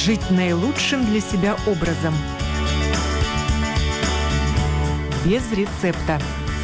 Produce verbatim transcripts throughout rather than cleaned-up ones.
Жить наилучшим для себя образом. Без рецепта.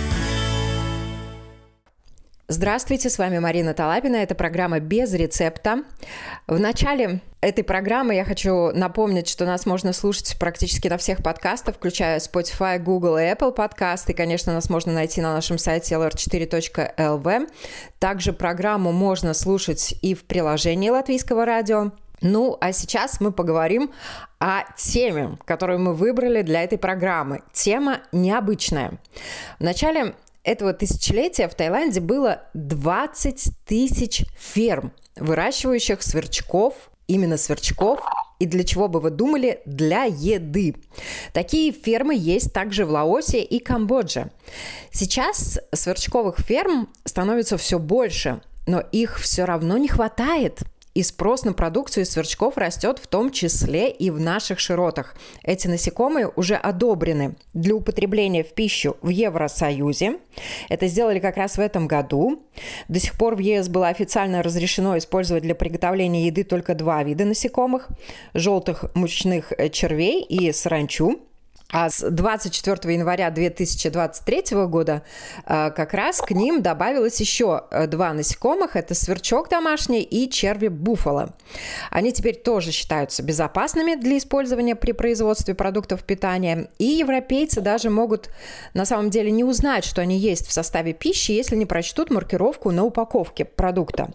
Здравствуйте, с вами Марина Талапина. Это программа «Без рецепта». В начале этой программы я хочу напомнить, что нас можно слушать практически на всех подкастах, включая Spotify, Google и Apple подкасты. И, конечно, нас можно найти на нашем сайте эл эр четыре точка эл ви. Также программу можно слушать и в приложении Латвийского радио. Ну, а сейчас мы поговорим о теме, которую мы выбрали для этой программы. Тема необычная. В начале этого тысячелетия в Таиланде было двадцать тысяч ферм, выращивающих сверчков, именно сверчков, и для чего бы вы думали, для еды. Такие фермы есть также в Лаосе и Камбодже. Сейчас сверчковых ферм становится все больше, но их все равно не хватает. И спрос на продукцию сверчков растет в том числе и в наших широтах. Эти насекомые уже одобрены для употребления в пищу в Евросоюзе. Это сделали как раз в этом году. До сих пор в ЕС было официально разрешено использовать для приготовления еды только два вида насекомых – желтых мучных червей и саранчу. А с двадцать четвёртого января две тысячи двадцать третьего года э, как раз к ним добавилось еще два насекомых. Это сверчок домашний и черви буффало. Они теперь тоже считаются безопасными для использования при производстве продуктов питания. И европейцы даже могут на самом деле не узнать, что они есть в составе пищи, если не прочтут маркировку на упаковке продукта.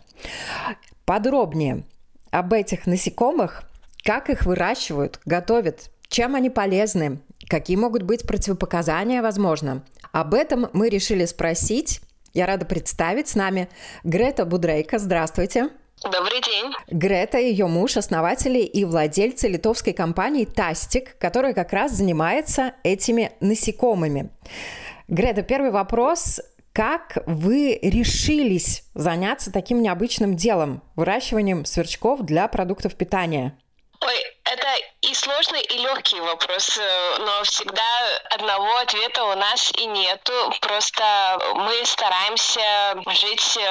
Подробнее об этих насекомых, как их выращивают, готовят, чем они полезны, какие могут быть противопоказания, возможно. Об этом мы решили спросить. Я рада представить с нами Грета Будрейка. Здравствуйте. Добрый день. Грета и ее муж – основатели и владельцы литовской компании «Тастик», которая как раз занимается этими насекомыми. Грета, первый вопрос. Как вы решились заняться таким необычным делом – выращиванием сверчков для продуктов питания? Ой, это и сложный, и легкий вопрос, но всегда одного ответа у нас и нету. Просто мы стараемся жить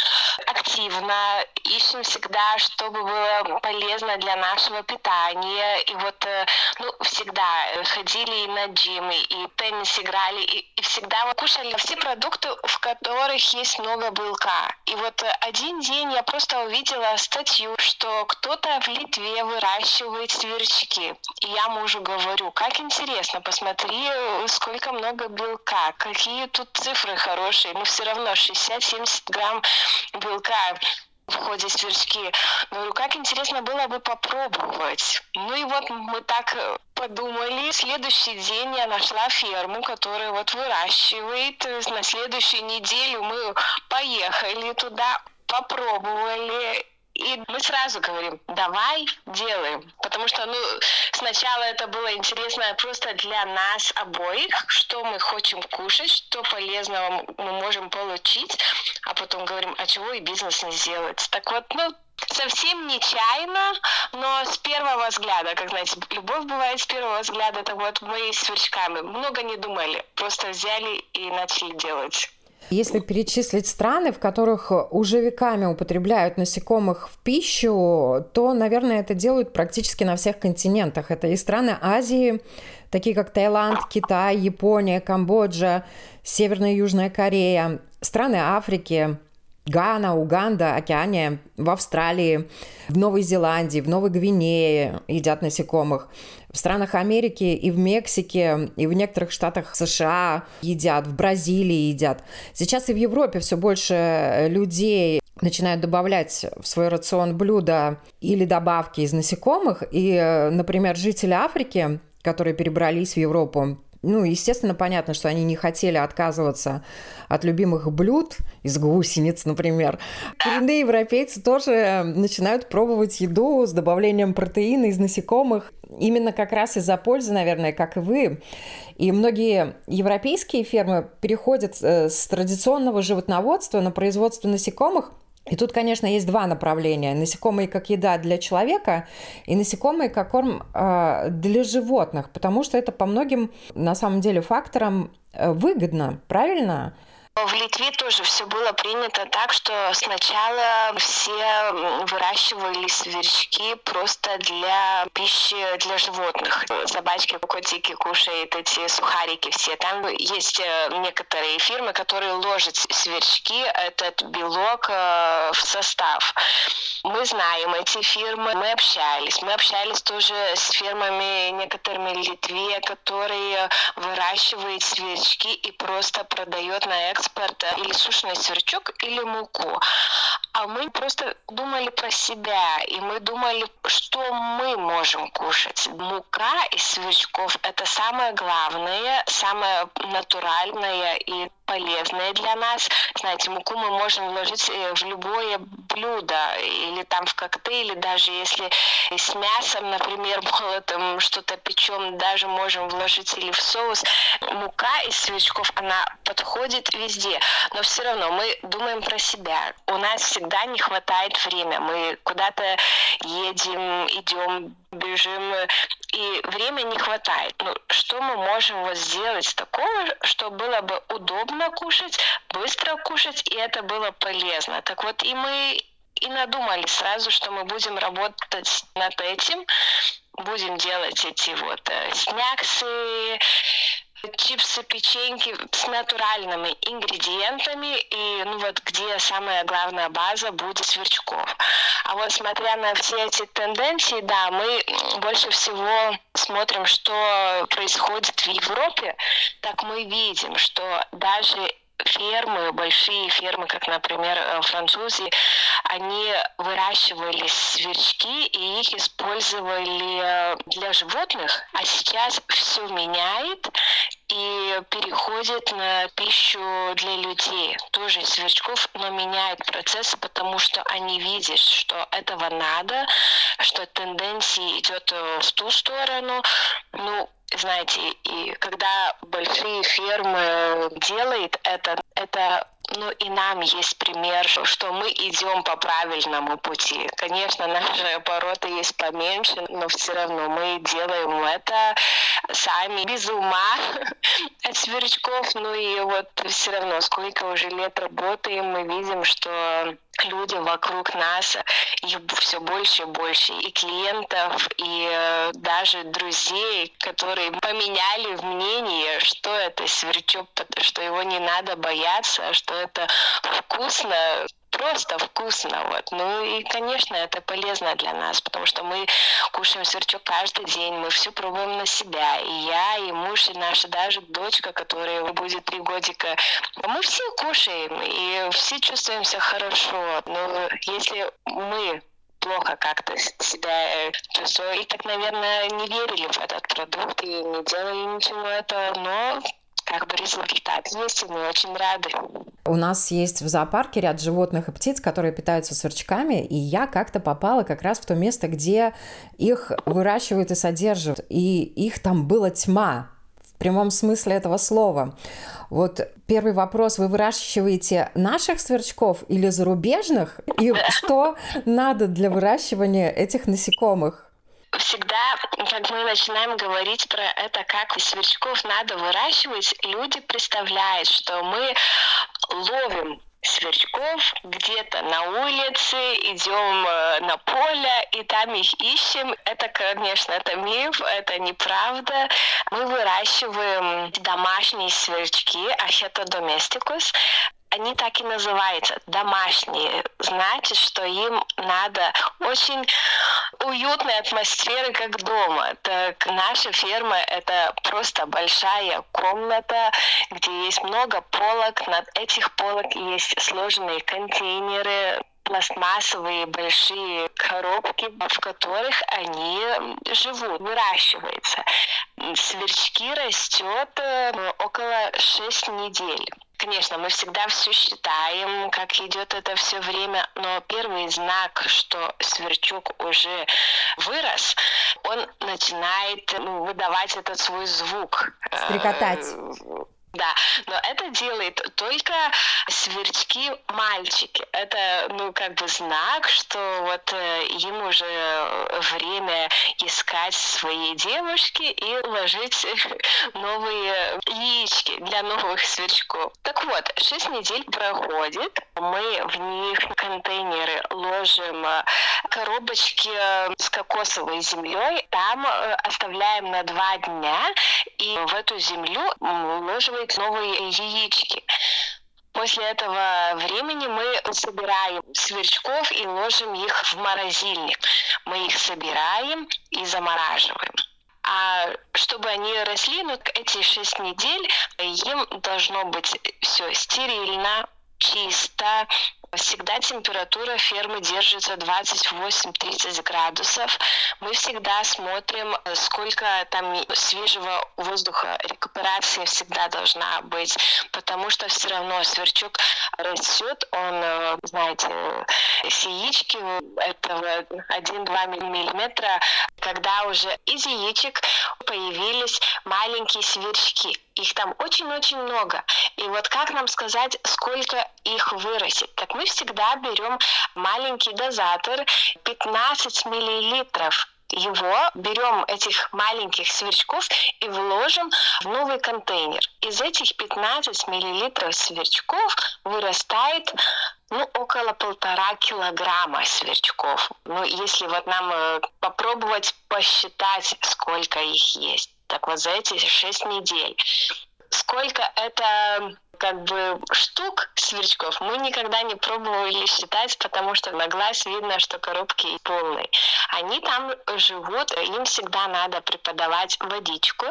активно, ищем всегда, чтобы было полезно для нашего питания. И вот, ну, всегда ходили и на джимы, и теннис играли, и, и всегда кушали все продукты, в которых есть много белка. И вот один день я просто увидела статью, что кто-то в Литве выращивает сверчки. И я мужу говорю, как интересно, посмотри, сколько много белка, какие тут цифры хорошие. Ну, все равно шестьдесят-семьдесят грамм белка в ходе сверчки. Говорю, как интересно было бы попробовать. Ну и вот мы так подумали. Следующий день я нашла ферму, которая вот выращивает. На следующую неделю мы поехали туда, попробовали. И мы сразу говорим, давай делаем. Потому что, ну, сначала это было интересно просто для нас обоих, что мы хотим кушать, что полезного мы можем получить, а потом говорим, а чего и бизнес не сделать. Так вот, ну, совсем нечаянно, но с первого взгляда, как знаете, любовь бывает с первого взгляда, так вот мы с сверчками много не думали, просто взяли и начали делать. Если перечислить страны, в которых уже веками употребляют насекомых в пищу, то, наверное, это делают практически на всех континентах. Это и страны Азии, такие как Таиланд, Китай, Япония, Камбоджа, Северная и Южная Корея, страны Африки, Гана, Уганда, Океания, в Австралии, в Новой Зеландии, в Новой Гвинее едят насекомых. В странах Америки и в Мексике, и в некоторых штатах США едят, в Бразилии едят. Сейчас и в Европе все больше людей начинают добавлять в свой рацион блюда или добавки из насекомых. И, например, жители Африки, которые перебрались в Европу, ну, естественно, понятно, что они не хотели отказываться от любимых блюд из гусениц, например. Коренные европейцы тоже начинают пробовать еду с добавлением протеина из насекомых. Именно как раз из-за пользы, наверное, как и вы. И многие европейские фермы переходят с традиционного животноводства на производство насекомых. И тут, конечно, есть два направления. Насекомые как еда для человека и насекомые как корм э, для животных, потому что это по многим, на самом деле, факторам выгодно, правильно? В Литве тоже все было принято так, что сначала все выращивали сверчки просто для пищи для животных. Собачки, котики кушают эти сухарики все. Там есть некоторые фирмы, которые ложат сверчки, этот белок, в состав. Мы знаем эти фирмы, мы общались. Мы общались тоже с фирмами некоторыми в Литве, которые выращивают сверчки и просто продают на экспорт или сушеный сверчок, или муку. А мы просто думали про себя, и мы думали, что мы можем кушать. Мука из сверчков – это самое главное, самое натуральное и полезное для нас. Знаете, муку мы можем вложить в любое блюдо, или там в коктейль, даже если с мясом, например, молотым что-то печем, даже можем вложить или в соус. Мука из сверчков, она подходит везде, но все равно мы думаем про себя. У нас всегда не хватает времени. Мы куда-то едем, идем, бежим, и времени не хватает. Ну, что мы можем вот сделать такого, что было бы удобно кушать, быстро кушать, и это было полезно? Так вот, и мы и надумали сразу, что мы будем работать над этим, будем делать эти вот сняксы, чипсы, печеньки с натуральными ингредиентами, и ну вот где самая главная база будет сверчков. А вот смотря на все эти тенденции, да, мы больше всего смотрим, что происходит в Европе, так мы видим, что даже фермы, большие фермы, как, например, французы, они выращивали сверчки и их использовали для животных, а сейчас все меняет и переходит на пищу для людей. Тоже сверчков, но меняет процессы, потому что они видят, что этого надо, что тенденция идет в ту сторону. Ну, знаете, и когда большие фермы делают это, это, ну и нам есть пример, что мы идем по правильному пути. Конечно, наши обороты есть поменьше, но все равно мы делаем это сами без ума от сверчков. Ну и вот все равно, сколько уже лет работаем, мы видим, что люди вокруг нас, их все больше и больше, и клиентов, и э, даже друзей, которые поменяли в мнении, что это сверчок, что его не надо бояться, что это вкусно, просто вкусно. Вот. Ну и, конечно, это полезно для нас, потому что мы кушаем сверчок каждый день, мы все пробуем на себя. И я, и муж, и наша даже дочка, которая будет три годика. Мы все кушаем, и все чувствуем себя хорошо. Но если мы плохо как-то себя чувствовали, и так, наверное, не верили в этот продукт и не делали ничего этого, но как бы результат есть, и мы очень рады. У нас есть в зоопарке ряд животных и птиц, которые питаются сверчками, и я как-то попала как раз в то место, где их выращивают и содержат, и их там была тьма, в прямом смысле этого слова. Вот первый вопрос: вы выращиваете наших сверчков или зарубежных? И что надо для выращивания этих насекомых? Всегда, как мы начинаем говорить про это, как сверчков надо выращивать, люди представляют, что мы ловим сверчков где-то на улице, идем на поле и там их ищем. Это, конечно, это миф, это неправда. Мы выращиваем домашние сверчки, Acheta domesticus. Они так и называются, домашние. Значит, что им надо очень уютной атмосферы, как дома. Так наша ферма – это просто большая комната, где есть много полок. Над этих полок есть сложенные контейнеры, пластмассовые большие коробки, в которых они живут, выращиваются. Сверчки растет около шести недель. Конечно, мы всегда все считаем, как идет это все время, но первый знак, что сверчок уже вырос, он начинает ну, выдавать этот свой звук. Стрекотать. Да, но это делает только сверчки-мальчики. Это, ну, как бы знак, что вот э, им уже время искать свои девушки и ложить новые яички для новых сверчков. Так вот, шесть недель проходит, мы в них контейнеры ложим коробочки с кокосовой землей, там оставляем на два дня, и в эту землю ложим новые яички. После этого времени мы собираем сверчков и ложим их в морозильник. Мы их собираем и замораживаем. А чтобы они росли, ну, эти шесть недель, им должно быть все стерильно, чисто. Всегда температура фермы держится двадцать восемь - тридцать градусов. Мы всегда смотрим, сколько там свежего воздуха, рекуперация всегда должна быть, потому что все равно сверчок растет, он, знаете, с яички этого один-два миллиметра, когда уже из яичек появились маленькие сверчки. Их там очень-очень много. И вот как нам сказать, сколько их вырастет? Так мы всегда берем маленький дозатор, пятнадцать миллилитров. Его берем, этих маленьких сверчков, и вложим в новый контейнер. Из этих пятнадцати миллилитров сверчков вырастает ну, около полтора килограмма сверчков. Ну, если вот нам э, попробовать посчитать, сколько их есть. Так вот, за эти шесть недель. Сколько это как бы штук сверчков мы никогда не пробовали считать, потому что на глаз видно, что коробки полные. Они там живут, им всегда надо преподавать водичку,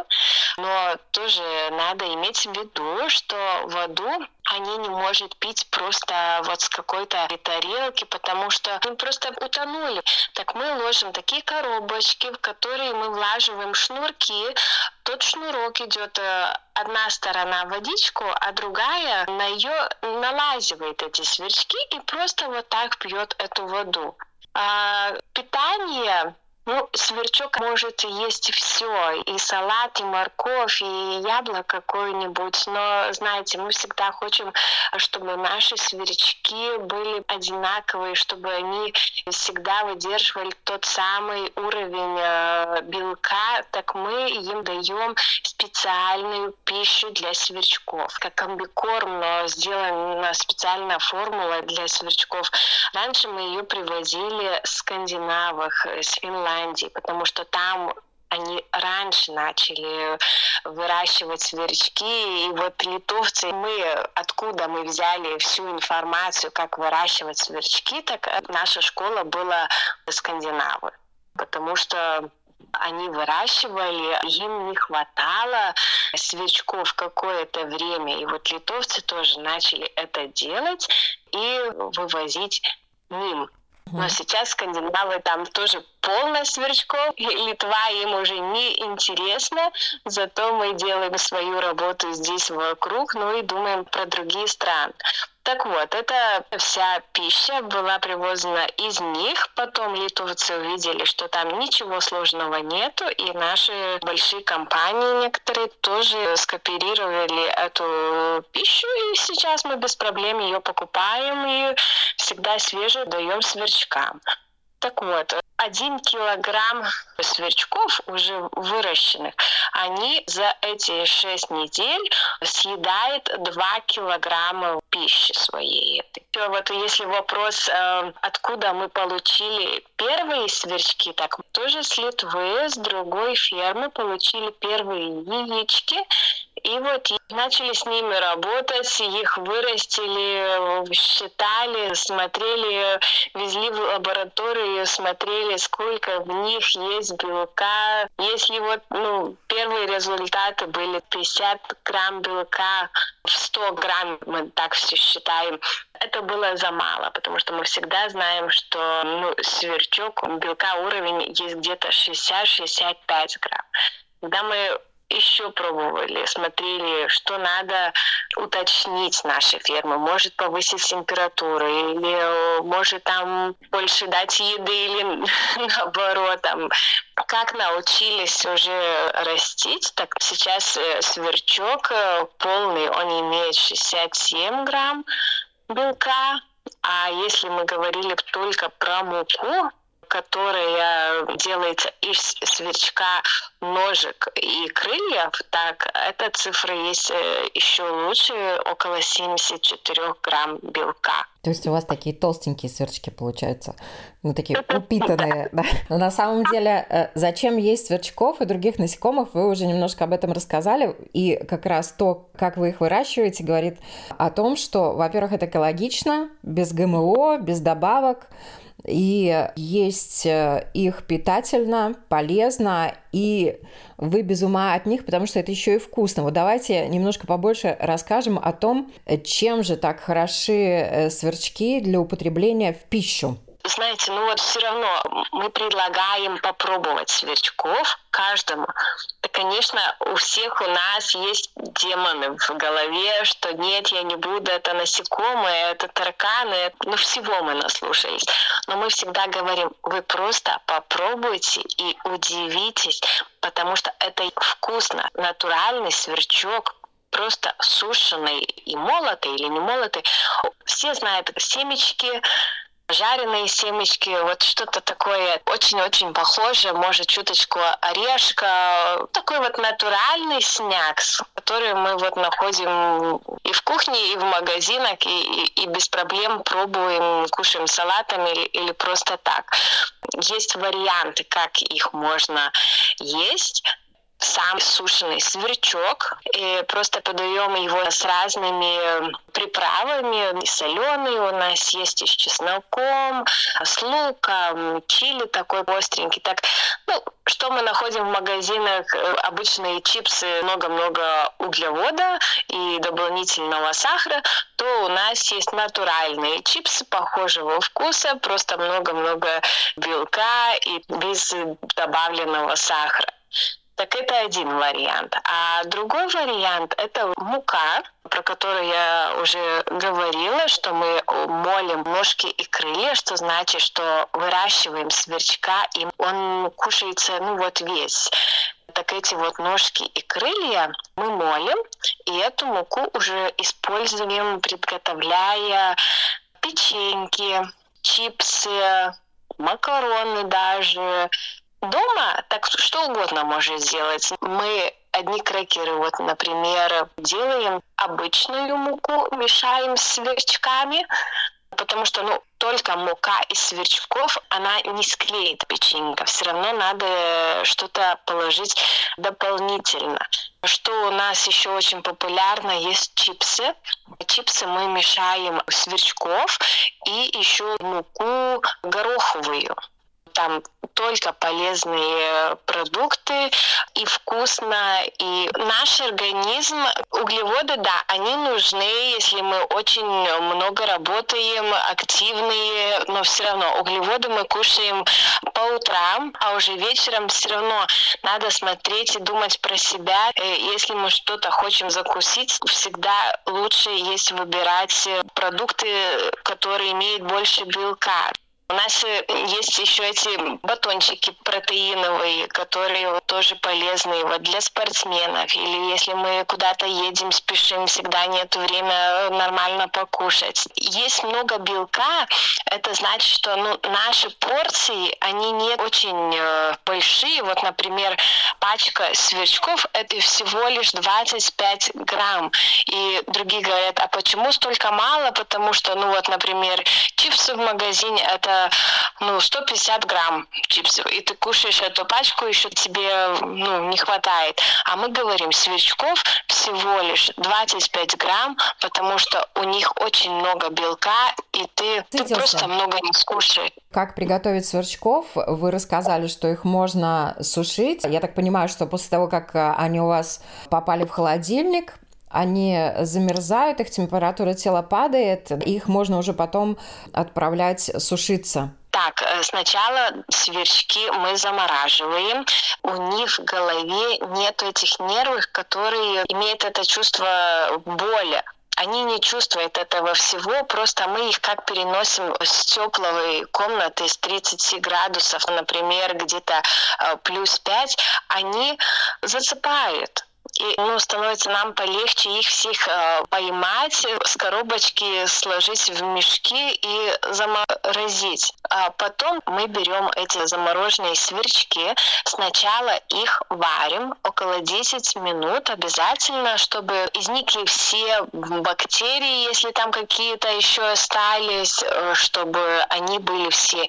но тоже надо иметь в виду, что воду они не могут пить просто вот с какой-то тарелки, потому что они просто утонули. Так мы ложим такие коробочки, в которые мы влаживаем шнурки. Тот шнурок идет одна сторона в водичку, а другая на ее налазивает эти сверчки и просто вот так пьет эту воду. А питание... Ну, сверчок может есть все, и салат, и морковь, и яблоко какое-нибудь, но, знаете, мы всегда хотим, чтобы наши сверчки были одинаковые, чтобы они всегда выдерживали тот самый уровень белка, так мы им даем специальную пищу для сверчков, как комбикорм, но сделана специальная формула для сверчков. Раньше мы ее привозили с Скандинавов, с Финляндии, потому что там они раньше начали выращивать сверчки. И вот литовцы, мы откуда мы взяли всю информацию, как выращивать сверчки, так наша школа была Скандинавы, потому что они выращивали, им не хватало сверчков какое-то время. И вот литовцы тоже начали это делать и вывозить мимо. Но сейчас скандинавы там тоже полно сверчков, и Литва им уже не интересно, зато мы делаем свою работу здесь вокруг, ну и думаем про другие страны. Так вот, эта вся пища была привозена из них, потом литовцы увидели, что там ничего сложного нету, и наши большие компании некоторые тоже скопировали эту пищу, и сейчас мы без проблем ее покупаем и всегда свежую даем сверчкам. Так вот, один килограмм сверчков уже выращенных, они за эти шесть недель съедают два килограмма пищи своей. Вот если вопрос, откуда мы получили первые сверчки, так мы тоже с Литвы, с другой фермы получили первые яички, и вот начали с ними работать, их вырастили, считали, смотрели, везли в лабораторию, смотрели, сколько в них есть белка. Если вот, ну, первые результаты были пятьдесят грамм белка в сто грамм, мы так все считаем, это было за мало, потому что мы всегда знаем, что ну, сверчок, белка уровень есть где-то шестьдесят - шестьдесят пять грамм. Когда мы еще пробовали, смотрели, что надо уточнить нашей фермы. Может повысить температуру, или может там больше дать еды, или наоборот, там, как научились уже растить, так сейчас сверчок полный, он имеет шестьдесят семь грамм белка, а если мы говорили только про муку, которая делается из сверчка, ножек и крыльев, так эта цифра есть еще лучше, около семьдесят четыре грамм белка. То есть у вас такие толстенькие сверчки получаются, ну такие упитанные, да? Но на самом деле, зачем есть сверчков и других насекомых, вы уже немножко об этом рассказали, и как раз то, как вы их выращиваете, говорит о том, что, во-первых, это экологично, без ГМО, без добавок, и есть их питательно, полезно, и вы без ума от них, потому что это еще и вкусно. Вот давайте немножко побольше расскажем о том, чем же так хороши сверчки для употребления в пищу. Знаете, ну вот все равно мы предлагаем попробовать сверчков каждому. Да, конечно, у всех у нас есть демоны в голове, что нет, я не буду, это насекомые, это тараканы, ну всего мы наслушались. Но мы всегда говорим, вы просто попробуйте и удивитесь, потому что это вкусно. Натуральный сверчок, просто сушеный и молотый или не молотый. Все знают семечки, жареные семечки, вот что-то такое очень-очень похоже, может, чуточку орешка. Такой вот натуральный снякс, который мы вот находим и в кухне, и в магазинах, и, и, и без проблем пробуем, кушаем салатами или, или просто так. Есть варианты, как их можно есть. Сам сушеный сверчок, и просто подаем его с разными приправами. Соленый у нас есть и с чесноком, с луком, чили такой остренький. Так, ну, что мы находим в магазинах? Обычные чипсы, много-много углевода и дополнительного сахара, то у нас есть натуральные чипсы похожего вкуса, просто много-много белка и без добавленного сахара. Так это один вариант. А другой вариант – это мука, про которую я уже говорила, что мы молим ножки и крылья, что значит, что выращиваем сверчка, и он кушается, ну вот весь. Так эти вот ножки и крылья мы молим, и эту муку уже используем, приготовляя печеньки, чипсы, макароны даже. Дома так что угодно можно сделать. Мы одни крекеры, вот, например, делаем обычную муку, мешаем с сверчками, потому что, ну, только мука из сверчков, она не склеит печенька. Все равно надо что-то положить дополнительно. Что у нас еще очень популярно, есть чипсы. Чипсы мы мешаем сверчков и еще муку гороховую. Там только полезные продукты и вкусно. И наш организм, углеводы, да, они нужны, если мы очень много работаем, активные, но все равно углеводы мы кушаем по утрам, а уже вечером все равно надо смотреть и думать про себя. Если мы что-то хотим закусить, всегда лучше есть выбирать продукты, которые имеют больше белка. У нас есть еще эти батончики протеиновые, которые тоже полезны вот для спортсменов. Или если мы куда-то едем, спешим, всегда нет времени нормально покушать. Есть много белка, это значит, что ну, наши порции, они не очень э, большие. Вот, например, пачка сверчков – это всего лишь двадцать пять грамм. И другие говорят, а почему столько мало? Потому что, ну вот, например, чипсы в магазине – это ну, сто пятьдесят грамм чипсов, и ты кушаешь эту пачку, еще тебе ну, не хватает. А мы говорим, сверчков всего лишь двадцать пять грамм, потому что у них очень много белка, и ты, ты просто много не скушаешь. Как приготовить сверчков? Вы рассказали, что их можно сушить. Я так понимаю, что после того, как они у вас попали в холодильник, они замерзают, их температура тела падает, их можно уже потом отправлять сушиться. Да, Так, сначала сверчки мы замораживаем. У них в голове нет этих нервов, которые имеют это чувство боли. Они не чувствуют этого всего, просто мы их как переносим с теплой комнаты с тридцати градусов, например, где-то плюс пять, они засыпают. И ну, становится нам полегче их всех э, поймать, с коробочки сложить в мешки и заморозить. А потом мы берем эти замороженные сверчки, сначала их варим около десять минут обязательно, чтобы изникли все бактерии, если там какие-то еще остались, чтобы они были все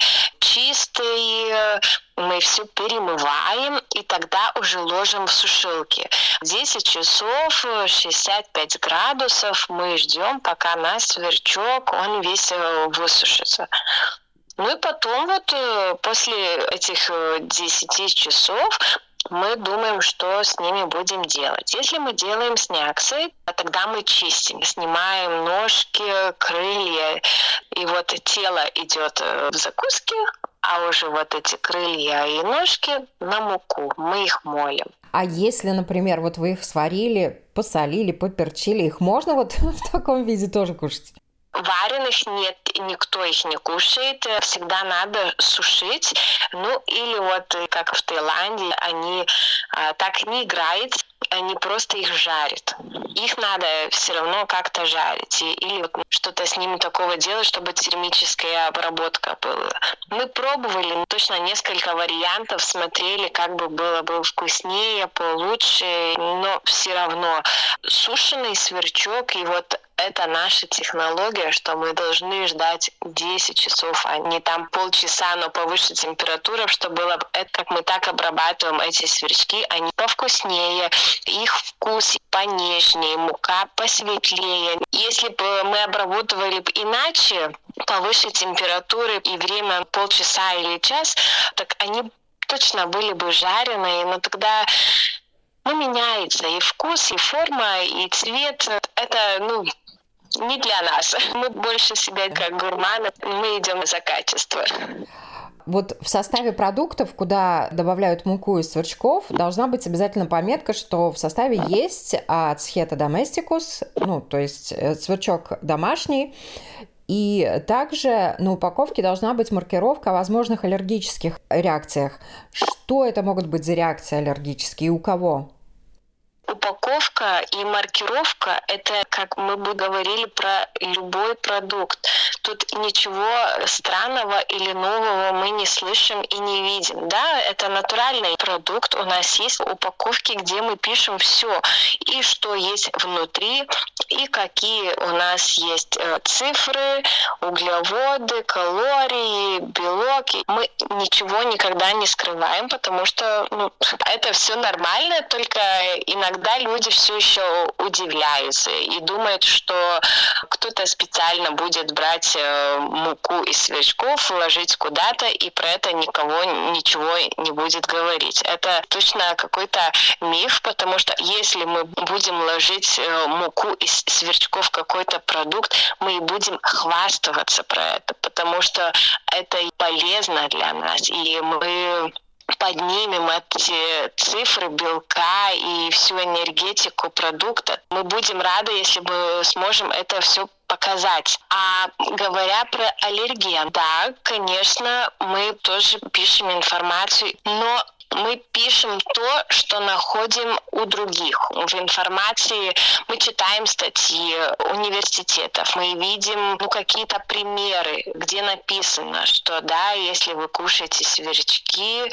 чистые. Мы все перемываем и тогда уже ложим в сушилки. десять часов, шестьдесят пять градусов мы ждем, пока наш сверчок, он весь высушится. Ну и потом вот после этих десяти часов мы думаем, что с ними будем делать. Если мы делаем сняксы, тогда мы чистим, снимаем ножки, крылья, и вот тело идет в закуске, а уже вот эти крылья и ножки на муку. Мы их молим. А если, например, вот вы их сварили, посолили, поперчили, их можно вот в таком виде тоже кушать? Вареных нет, никто их не кушает. Всегда надо сушить. Ну, или вот, как в Таиланде, они а, так не играют, они просто их жарят. Их надо все равно как-то жарить. Или вот что-то с ними такого делать, чтобы термическая обработка была. Мы пробовали точно несколько вариантов, смотрели, как бы было бы вкуснее, получше, но все равно сушеный сверчок и вот это наша технология, что мы должны ждать десять часов, а не там полчаса, но повыше температура, чтобы было это, как мы так обрабатываем эти сверчки, они повкуснее, их вкус понежнее, мука посветлее. Если бы мы обрабатывали бы иначе, повыше температуры и время полчаса или час, так они точно были бы жареные, но тогда ну, меняется и вкус, и форма, и цвет. Это, ну, не для нас. Мы больше себя как гурманы, мы идем за качество. Вот в составе продуктов, куда добавляют муку из сверчков, должна быть обязательно пометка, что в составе есть ацхета доместикус, ну, то есть сверчок домашний, и также на упаковке должна быть маркировка о возможных аллергических реакциях. Что это могут быть за реакции аллергические и у кого? Упаковка и маркировка – это, как мы бы говорили, про любой продукт. Тут ничего странного или нового мы не слышим и не видим. Да, это натуральный продукт. У нас есть упаковки, где мы пишем все, и что есть внутри, и какие у нас есть цифры, углеводы, калории, белок. Мы ничего никогда не скрываем, потому что ну, это все нормально, только иногда Иногда люди все еще удивляются и думают, что кто-то специально будет брать муку из сверчков, ложить куда-то, и про это никого ничего не будет говорить. Это точно какой-то миф, потому что если мы будем ложить муку из сверчков в какой-то продукт, мы и будем хвастаться про это, потому что это полезно для нас, и мы поднимем эти цифры белка и всю энергетику продукта. Мы будем рады, если мы сможем это все показать. А говоря про аллерген, да, конечно, мы тоже пишем информацию, но мы пишем то, что находим у других. В информации мы читаем статьи университетов, мы видим ну, какие-то примеры, где написано, что да, если вы кушаете сверчки,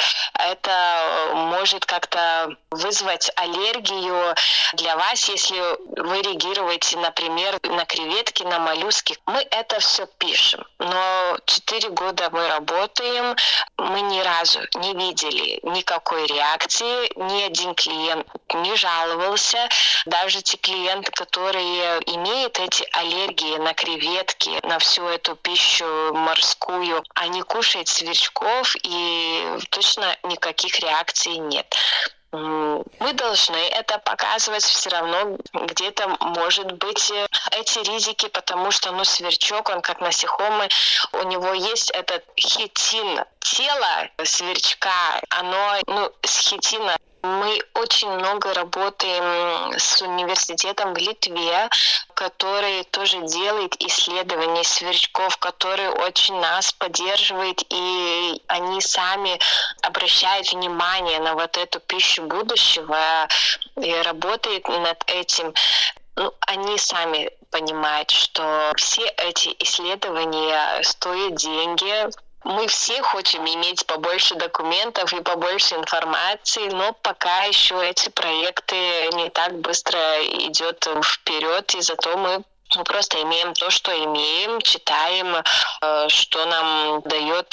это может как-то вызвать аллергию для вас, если вы реагируете, например, на креветки, на моллюски. Мы это все пишем. Но четыре года мы работаем, мы ни разу не видели никакого Никакой реакции, ни один клиент не жаловался. Даже те клиенты, которые имеют эти аллергии на креветки, на всю эту пищу морскую, они кушают сверчков, и точно никаких реакций нет. Мы должны это показывать все равно. Где-то, может быть, эти ризики, потому что, ну, сверчок, он как насекомый, у него есть этот хитин. Тело сверчка, оно, ну, с хитина. Мы очень много работаем с университетом в Литве, который тоже делает исследования сверчков, который очень нас поддерживает, и они сами обращают внимание на вот эту пищу будущего и работают над этим. Ну, они сами понимают, что все эти исследования стоят деньги. Мы все хотим иметь побольше документов и побольше информации, но пока еще эти проекты не так быстро идут вперед, и зато мы Мы просто имеем то, что имеем, читаем, что нам дает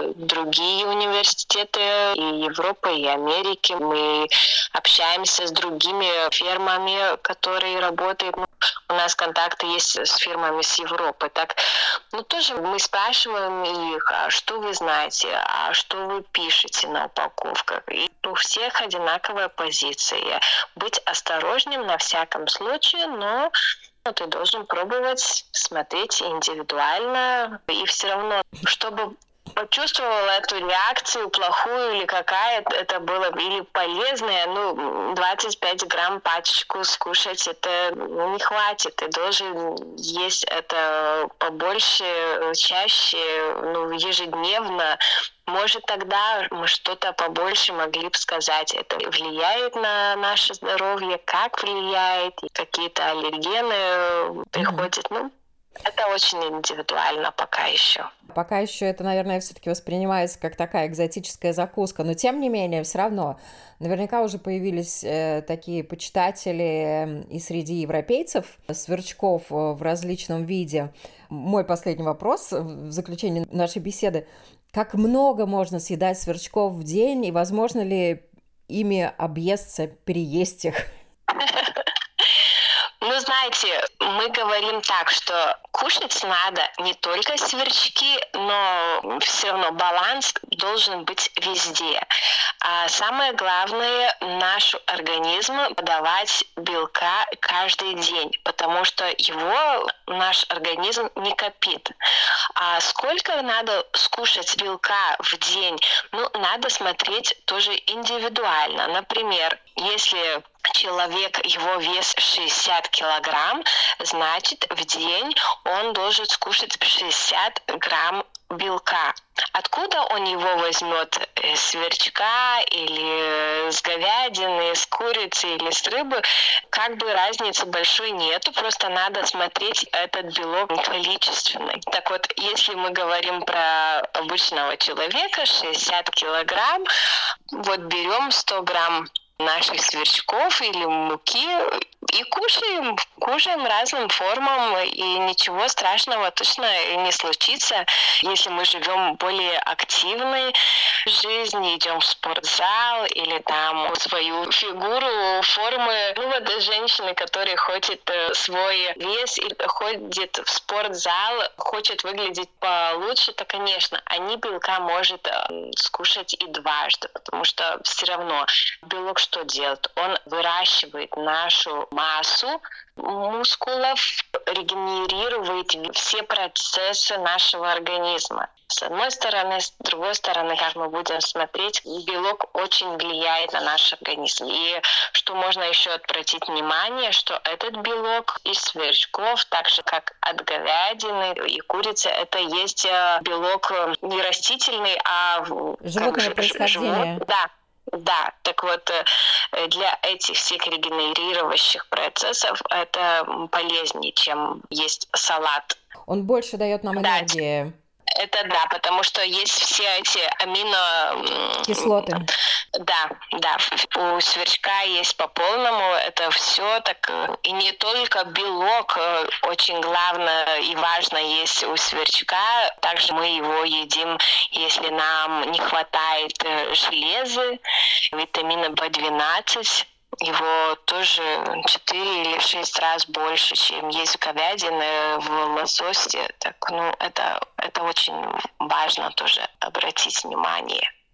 другие университеты и Европы, и Америки. Мы общаемся с другими фирмами, которые работают. У нас контакты есть с фирмами с Европы. Так, ну тоже мы спрашиваем их, а что вы знаете, а что вы пишете на упаковках. И у всех одинаковая позиция. Быть осторожным на всяком случае, но ты должен пробовать, смотреть индивидуально, и все равно, чтобы почувствовал эту реакцию, плохую или какая это было, или полезная, ну, двадцать пять грамм пачечку скушать, это ну, не хватит, ты должен есть это побольше, чаще, ну, ежедневно. Может, тогда мы что-то побольше могли бы сказать. Это влияет на наше здоровье, как влияет, какие-то аллергены приходят. Ну, это очень индивидуально пока еще. Пока еще это, наверное, все-таки воспринимается как такая экзотическая закуска, но тем не менее, все равно, наверняка уже появились э, такие почитатели и среди европейцев сверчков в различном виде. Мой последний вопрос в заключении нашей беседы. Как много можно съедать сверчков в день, и возможно ли ими объесться, переесть их? Ну, знаете, мы говорим так, что кушать надо не только сверчки, но все равно баланс должен быть везде. А самое главное, нашу организму подавать белка каждый день, потому что его наш организм не копит. А сколько надо скушать белка в день? Ну, надо смотреть тоже индивидуально. Например, если человек, его вес шестьдесят килограмм, значит, в день он должен скушать шестьдесят грамм белка. Откуда он его возьмет? С сверчка или с говядины, с курицы или с рыбы? Как бы разницы большой нету, просто надо смотреть этот белок количественный. Так вот, если мы говорим про обычного человека, шестьдесят килограмм, вот берем сто грамм наших сверчков или муки и кушаем, кушаем разным формам, и ничего страшного точно не случится, если мы живем более активной жизнью, идем в спортзал или там свою фигуру, формы. Ну вот женщины, которые ходят свой вес и ходят в спортзал, хочет выглядеть получше, то, конечно, они белка может скушать и дважды, потому что все равно белок что делает? Он выращивает нашу массу мускулов, регенерирует все процессы нашего организма. С одной стороны, с другой стороны, как мы будем смотреть, белок очень влияет на наш организм. И что можно еще обратить внимание, что этот белок из сверчков, так же как от говядины и курицы, это есть белок не растительный, а животного происхождения. Да. Да, так вот, для этих всех регенерирующих процессов это полезнее, чем есть салат. Он больше дает нам да, энергии. Это да, потому что есть все эти амино... кислоты. Да, да, у сверчка есть по полному, это все так, и не только белок, очень главное и важно есть у сверчка, также мы его едим, если нам не хватает железа, витамина бэ двенадцать. Его тоже четыре или шесть раз больше, чем есть в говядине, в лососе. Так, ну, это, это очень важно тоже обратить внимание.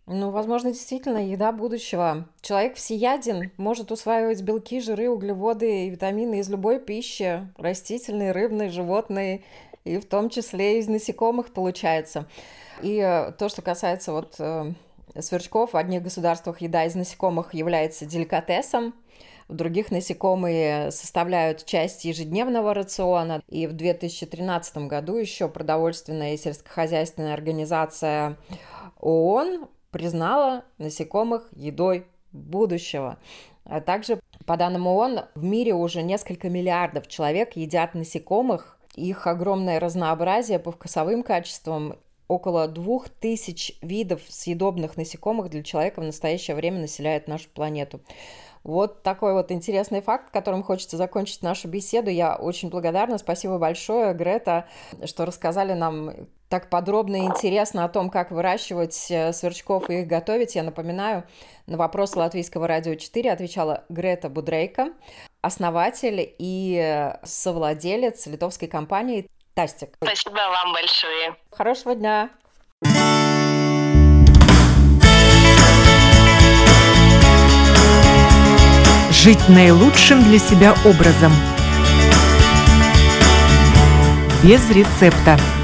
Ну, возможно, действительно, еда будущего. Человек всеяден, может усваивать белки, жиры, углеводы и витамины из любой пищи, растительной, рыбной, животной, и в том числе из насекомых получается. И то, что касается вот э, сверчков, в одних государствах еда из насекомых является деликатесом, в других насекомые составляют часть ежедневного рациона. И в две тысячи тринадцатом году еще продовольственная и сельскохозяйственная организация ООН признала насекомых едой будущего. А также, по данным ООН, в мире уже несколько миллиардов человек едят насекомых. Их огромное разнообразие по вкусовым качествам. Около двух тысяч видов съедобных насекомых для человека в настоящее время населяет нашу планету. Вот такой вот интересный факт, которым хочется закончить нашу беседу. Я очень благодарна. Спасибо большое, Грета, что рассказали нам так подробно и интересно о том, как выращивать сверчков и их готовить. Я напоминаю, на вопрос Латвийского радио четыре отвечала Грета Будрейка, основатель и совладелец литовской компании Tastic. Спасибо вам большое. Хорошего дня. Жить наилучшим для себя образом. Без рецепта.